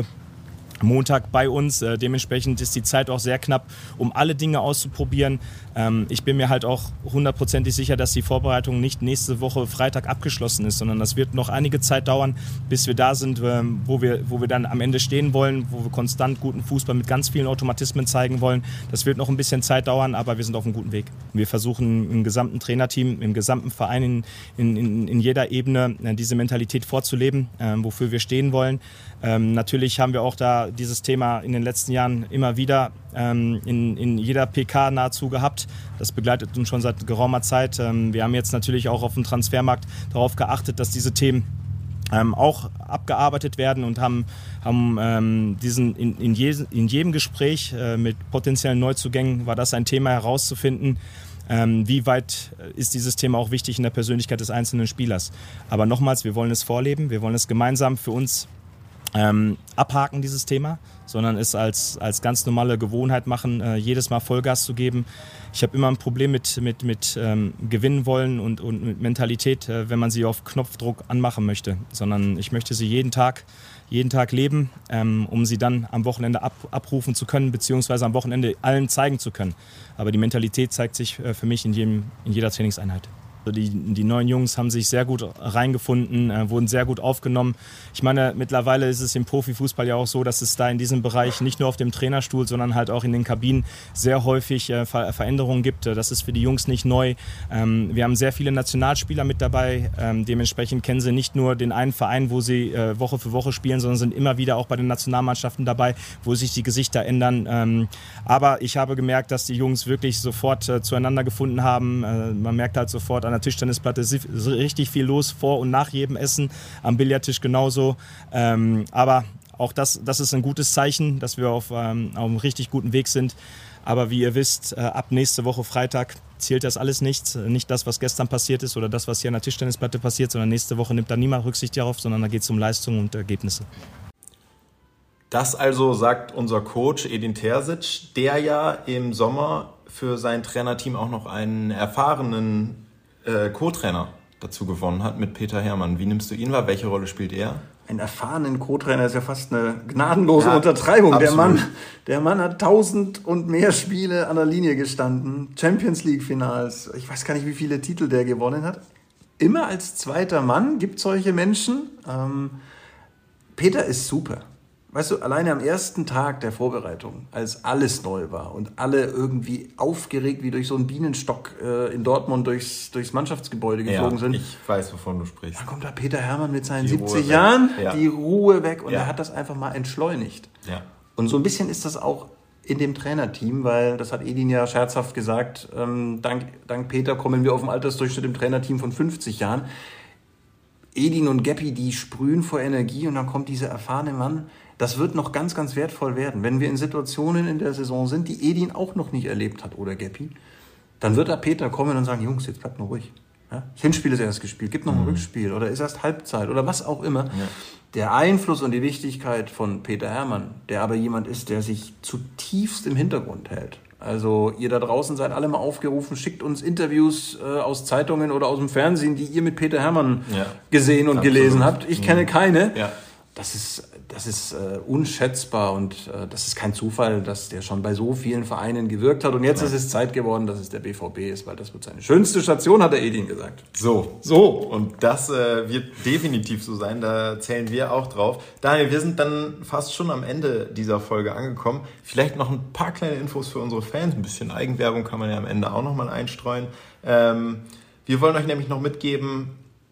Montag bei uns. Äh, dementsprechend ist die Zeit auch sehr knapp, um alle Dinge auszuprobieren. Ähm, ich bin mir halt auch hundertprozentig sicher, dass die Vorbereitung nicht nächste Woche Freitag abgeschlossen ist, sondern das wird noch einige Zeit dauern, bis wir da sind, äh, wo wir, wo wir dann am Ende stehen wollen, wo wir konstant guten Fußball mit ganz vielen Automatismen zeigen wollen. Das wird noch ein bisschen Zeit dauern, aber wir sind auf einem guten Weg. Wir versuchen im gesamten Trainerteam, im gesamten Verein, in, in, in, in jeder Ebene äh, diese Mentalität vorzuleben, äh, wofür wir stehen wollen. Ähm, natürlich haben wir auch da dieses Thema in den letzten Jahren immer wieder ähm, in, in jeder P K nahezu gehabt. Das begleitet uns schon seit geraumer Zeit. Ähm, wir haben jetzt natürlich auch auf dem Transfermarkt darauf geachtet, dass diese Themen ähm, auch abgearbeitet werden und haben, haben ähm, diesen in, in, je, in jedem Gespräch äh, mit potenziellen Neuzugängen war das ein Thema herauszufinden, Ähm, wie weit ist dieses Thema auch wichtig in der Persönlichkeit des einzelnen Spielers. Aber nochmals, wir wollen es vorleben, wir wollen es gemeinsam für uns ähm, abhaken, dieses Thema, sondern es als, als ganz normale Gewohnheit machen, äh, jedes Mal Vollgas zu geben. Ich habe immer ein Problem mit, mit, mit ähm, gewinnen wollen und, und mit Mentalität, äh, wenn man sie auf Knopfdruck anmachen möchte, sondern ich möchte sie jeden Tag jeden Tag leben, ähm, um sie dann am Wochenende ab, abrufen zu können, beziehungsweise am Wochenende allen zeigen zu können. Aber die Mentalität zeigt sich äh, für mich in, jedem, in jeder Trainingseinheit. Die, die neuen Jungs haben sich sehr gut reingefunden, äh, wurden sehr gut aufgenommen. Ich meine, mittlerweile ist es im Profifußball ja auch so, dass es da in diesem Bereich nicht nur auf dem Trainerstuhl, sondern halt auch in den Kabinen sehr häufig äh, Ver- Veränderungen gibt. Das ist für die Jungs nicht neu. Ähm, wir haben sehr viele Nationalspieler mit dabei. Ähm, dementsprechend kennen sie nicht nur den einen Verein, wo sie äh, Woche für Woche spielen, sondern sind immer wieder auch bei den Nationalmannschaften dabei, wo sich die Gesichter ändern. Ähm, aber ich habe gemerkt, dass die Jungs wirklich sofort äh, zueinander gefunden haben. Äh, man merkt halt sofort an der Tischtennisplatte ist richtig viel los vor und nach jedem Essen, am Billardtisch genauso. Ähm, aber auch das, das ist ein gutes Zeichen, dass wir auf, ähm, auf einem richtig guten Weg sind. Aber wie ihr wisst, äh, ab nächste Woche Freitag zählt das alles nichts. Nicht das, was gestern passiert ist oder das, was hier an der Tischtennisplatte passiert, sondern nächste Woche nimmt da niemand Rücksicht darauf, sondern da geht es um Leistung und Ergebnisse. Das also sagt unser Coach Edin Terzic, der ja im Sommer für sein Trainerteam auch noch einen erfahrenen äh, Co-Trainer dazu gewonnen hat mit Peter Hermann. Wie nimmst du ihn wahr? Welche Rolle spielt er? Einen erfahrenen Co-Trainer ist ja fast eine gnadenlose ja, Untertreibung. Der Mann, der Mann hat tausend und mehr Spiele an der Linie gestanden, Champions League Finals. Ich weiß gar nicht, wie viele Titel der gewonnen hat. Immer als zweiter Mann gibt es solche Menschen. Ähm, Peter ist super. Weißt du, alleine am ersten Tag der Vorbereitung, als alles neu war und alle irgendwie aufgeregt wie durch so einen Bienenstock äh, in Dortmund durchs, durchs Mannschaftsgebäude geflogen ja, sind. Ich weiß, wovon du sprichst. Dann kommt da Peter Hermann mit seinen die siebzig Jahren, ja. die Ruhe weg und ja. er hat das einfach mal entschleunigt. Ja. Und so ein bisschen ist das auch in dem Trainerteam, weil, das hat Edin ja scherzhaft gesagt, ähm, dank, dank Peter kommen wir auf den Altersdurchschnitt im Trainerteam von fünfzig Jahren. Edin und Geppi, die sprühen vor Energie und dann kommt dieser erfahrene Mann. Das wird noch ganz, ganz wertvoll werden. Wenn wir in Situationen in der Saison sind, die Edin auch noch nicht erlebt hat oder Geppi, dann wird da Peter kommen und sagen, Jungs, jetzt bleibt mal ruhig. Ja? Das Hinspiel ist erst gespielt, gibt noch ein mhm. Rückspiel oder ist erst Halbzeit oder was auch immer. Ja. Der Einfluss und die Wichtigkeit von Peter Hermann, der aber jemand ist, der sich zutiefst im Hintergrund hält. Also ihr da draußen seid alle mal aufgerufen, schickt uns Interviews äh, aus Zeitungen oder aus dem Fernsehen, die ihr mit Peter Hermann ja. gesehen und Absolut. gelesen habt. Ich kenne keine. Ja. Das ist das ist äh, unschätzbar und äh, das ist kein Zufall, dass der schon bei so vielen Vereinen gewirkt hat. Und jetzt ja. ist es Zeit geworden, dass es der B V B ist, weil das wird seine schönste Station, hat der Edin gesagt. So, so. Und das äh, wird definitiv so sein, da zählen wir auch drauf. Daniel, wir sind dann fast schon am Ende dieser Folge angekommen. Vielleicht noch ein paar kleine Infos für unsere Fans. Ein bisschen Eigenwerbung kann man ja am Ende auch nochmal einstreuen. Ähm, wir wollen euch nämlich noch mitgeben,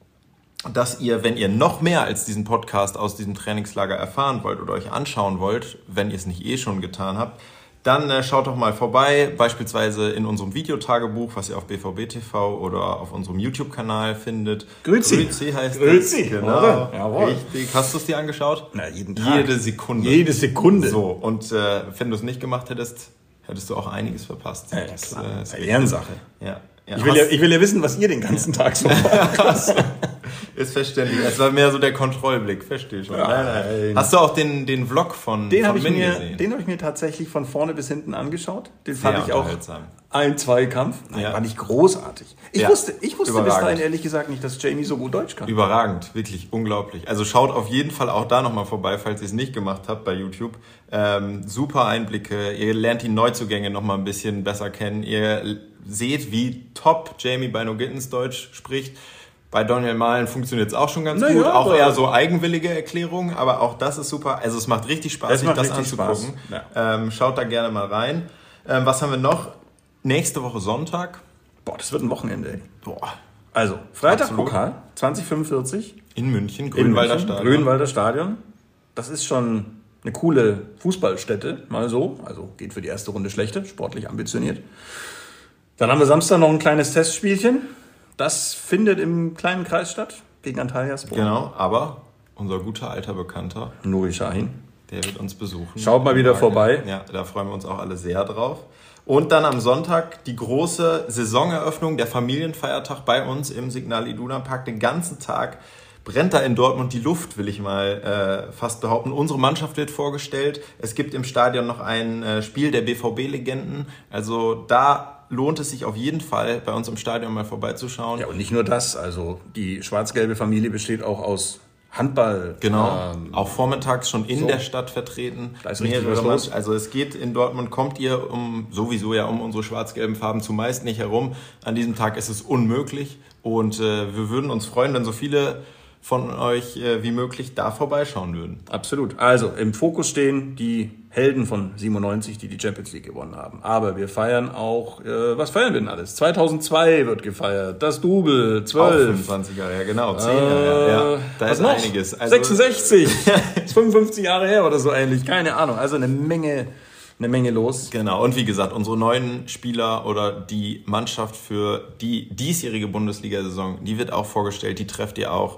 dass ihr, wenn ihr noch mehr als diesen Podcast aus diesem Trainingslager erfahren wollt oder euch anschauen wollt, wenn ihr es nicht eh schon getan habt, dann äh, schaut doch mal vorbei, beispielsweise in unserem Videotagebuch, was ihr auf B V B T V oder auf unserem YouTube-Kanal findet. Grüezi. Grüezi heißt Grüezi. es. Genau. Jawohl. Richtig. Hast du es dir angeschaut? Na, jeden Tag. Jede Sekunde. Jede Sekunde. So, und äh, wenn du es nicht gemacht hättest, hättest du auch einiges verpasst. Ja, das klar. äh, ist Eine Ehrensache. Ja. Ja, ich, will ja, ich will ja wissen, was ihr den ganzen ja. Tag so macht. Ist verständlich. Es war mehr so der Kontrollblick. Verstehe schon. Ja, nein, nein. Hast du auch den, den Vlog von den von habe ich, hab ich mir tatsächlich von vorne bis hinten angeschaut. Den Sehr fand ich auch ein Zweikampf. Nein, ja. War nicht großartig. Ich ja. wusste, ich wusste bis dahin ehrlich gesagt nicht, dass Jamie so gut Deutsch kann. Überragend. Wirklich unglaublich. Also schaut auf jeden Fall auch da nochmal vorbei, falls ihr es nicht gemacht habt bei YouTube. Ähm, super Einblicke. Ihr lernt die Neuzugänge nochmal ein bisschen besser kennen. Ihr seht, wie top Jamie Bino Gittens Deutsch spricht. Bei Daniel Mahlen funktioniert es auch schon ganz Na gut. Ja, auch eher so eigenwillige Erklärungen, aber auch das ist super. Also es macht richtig Spaß, sich das anzugucken. Ja. Ähm, schaut da gerne mal rein. Ähm, was haben wir noch? Nächste Woche Sonntag. Boah, das wird ein Wochenende, ey. Boah. Also, Freitag Pokal, zwanzig fünfundvierzig. In München, Grünwalder Stadion. Grünwalder Stadion. Das ist schon eine coole Fußballstätte, mal so. Also geht für die erste Runde schlechter, sportlich ambitioniert. Dann haben wir Samstag noch ein kleines Testspielchen. Das findet im kleinen Kreis statt, gegen Antalyaspor. Genau, aber unser guter alter Bekannter Nuri Sahin, der wird uns besuchen. Schaut mal wieder vorbei. Ja, da freuen wir uns auch alle sehr drauf. Und dann am Sonntag die große Saisoneröffnung, der Familienfeiertag bei uns im Signal Iduna Park. Den ganzen Tag brennt da in Dortmund die Luft, will ich mal äh, fast behaupten. Unsere Mannschaft wird vorgestellt. Es gibt im Stadion noch ein äh, Spiel der B V B-Legenden. Also da lohnt es sich auf jeden Fall, bei uns im Stadion mal vorbeizuschauen. Ja, und nicht nur das. Also die schwarz-gelbe Familie besteht auch aus Handball. Genau, ähm, auch vormittags schon in so. der Stadt vertreten. Da ist richtig was los. Also es geht in Dortmund, kommt ihr um sowieso ja um unsere schwarz-gelben Farben zumeist nicht herum. An diesem Tag ist es unmöglich und äh, wir würden uns freuen, wenn so viele von euch äh, wie möglich da vorbeischauen würden. Absolut. Also im Fokus stehen die Helden von siebenundneunzig, die die Champions League gewonnen haben. Aber wir feiern auch, äh, was feiern wir denn alles? zweitausendzwei wird gefeiert, das Double, zwölf. Auch fünfundzwanziger, ja genau, zehn Jahre, ja, ja. Da ist noch? einiges. Also sechsundsechzig, ist fünfundfünfzig Jahre her oder so ähnlich, keine Ahnung. Also eine Menge, eine Menge los. Genau, und wie gesagt, unsere neuen Spieler oder die Mannschaft für die diesjährige Bundesliga-Saison, die wird auch vorgestellt, die trefft ihr auch.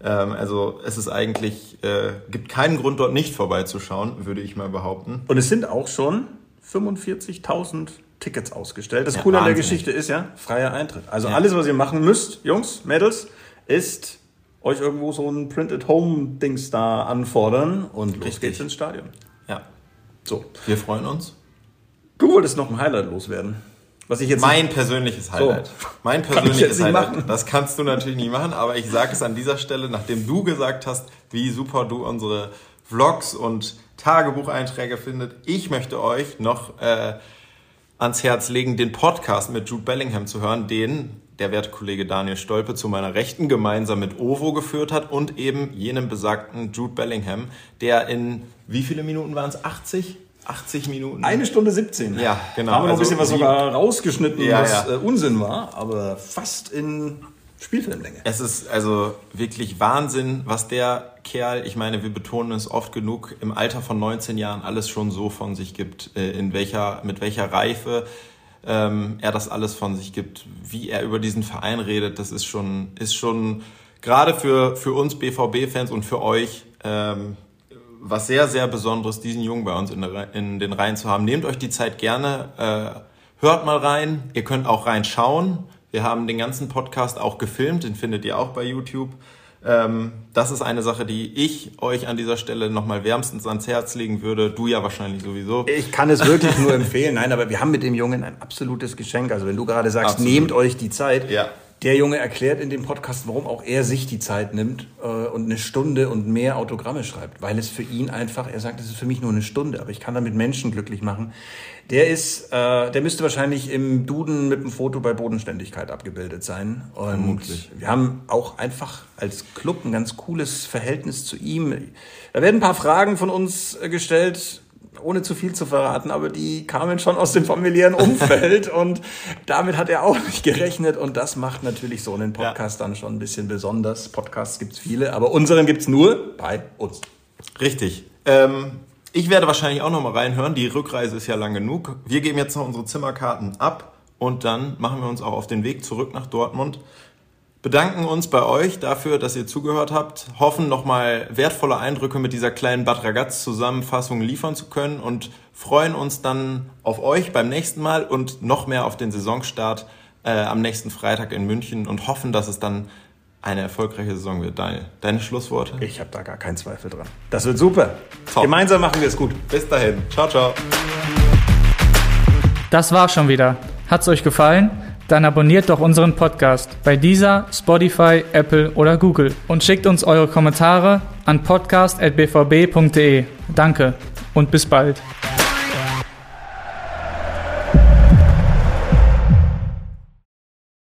Also es ist eigentlich, äh, gibt keinen Grund, dort nicht vorbeizuschauen, würde ich mal behaupten. Und es sind auch schon fünfundvierzigtausend Tickets ausgestellt. Das ja, Coole an der Geschichte ist ja, freier Eintritt. Also ja. alles, was ihr machen müsst, Jungs, Mädels, ist euch irgendwo so ein Print-at-Home-Dings da anfordern und Richtig. los geht's ins Stadion. Ja. So. Wir freuen uns. Du wolltest noch ein Highlight loswerden. Was ich jetzt mein persönliches Highlight. So. Mein persönliches Highlight. Machen. Das kannst du natürlich nicht machen, aber ich sage es an dieser Stelle, nachdem du gesagt hast, wie super du unsere Vlogs und Tagebucheinträge findet. Ich möchte euch noch äh, ans Herz legen, den Podcast mit Jude Bellingham zu hören, den der werte Kollege Daniel Stolpe zu meiner Rechten gemeinsam mit Ovo geführt hat und eben jenem besagten Jude Bellingham, der in, wie viele Minuten waren es? achtzig? achtzig Minuten. Eine Stunde siebzehn. Ja, genau. Haben wir noch also ein bisschen was sie, sogar rausgeschnitten, ja, was ja. Äh, Unsinn war, aber fast in Spielfilmlänge. Es ist also wirklich Wahnsinn, was der Kerl, ich meine, wir betonen es oft genug, im Alter von neunzehn Jahren alles schon so von sich gibt, in welcher, mit welcher Reife ähm, er das alles von sich gibt, wie er über diesen Verein redet, das ist schon, ist schon gerade für, für uns B V B-Fans und für euch ähm, was sehr, sehr Besonderes, diesen Jungen bei uns in, der, in den Reihen zu haben. Nehmt euch die Zeit gerne, äh, hört mal rein. Ihr könnt auch reinschauen. Wir haben den ganzen Podcast auch gefilmt, den findet ihr auch bei YouTube. Ähm, das ist eine Sache, die ich euch an dieser Stelle nochmal wärmstens ans Herz legen würde. Du ja wahrscheinlich sowieso. Ich kann es wirklich nur empfehlen. Nein, aber wir haben mit dem Jungen ein absolutes Geschenk. Also wenn du gerade sagst, Absolut. nehmt euch die Zeit. Ja. Der Junge erklärt in dem Podcast, warum auch er sich die Zeit nimmt äh, und eine Stunde und mehr Autogramme schreibt. Weil es für ihn einfach, er sagt, es ist für mich nur eine Stunde, aber ich kann damit Menschen glücklich machen. Der ist, äh, der müsste wahrscheinlich im Duden mit einem Foto bei Bodenständigkeit abgebildet sein. Und Vermutlich. Wir haben auch einfach als Club ein ganz cooles Verhältnis zu ihm. Da werden ein paar Fragen von uns gestellt, ohne zu viel zu verraten, aber die kamen schon aus dem familiären Umfeld und damit hat er auch nicht gerechnet und das macht natürlich so einen Podcast ja. dann schon ein bisschen besonders. Podcasts gibt's viele, aber unseren gibt's nur bei uns. Richtig. Ähm, ich werde wahrscheinlich auch noch mal reinhören, die Rückreise ist ja lang genug. Wir geben jetzt noch unsere Zimmerkarten ab und dann machen wir uns auch auf den Weg zurück nach Dortmund. Bedanken uns bei euch dafür, dass ihr zugehört habt, hoffen nochmal wertvolle Eindrücke mit dieser kleinen Bad Ragaz-Zusammenfassung liefern zu können und freuen uns dann auf euch beim nächsten Mal und noch mehr auf den Saisonstart äh, am nächsten Freitag in München und hoffen, dass es dann eine erfolgreiche Saison wird. Daniel, deine Schlussworte? Ich habe da gar keinen Zweifel dran. Das wird super. Top. Gemeinsam machen wir es gut. Bis dahin. Ciao, ciao. Das war's schon wieder. Hat's euch gefallen? Dann abonniert doch unseren Podcast bei Deezer, Spotify, Apple oder Google und schickt uns eure Kommentare an podcast at b v b punkt d e. Danke und bis bald.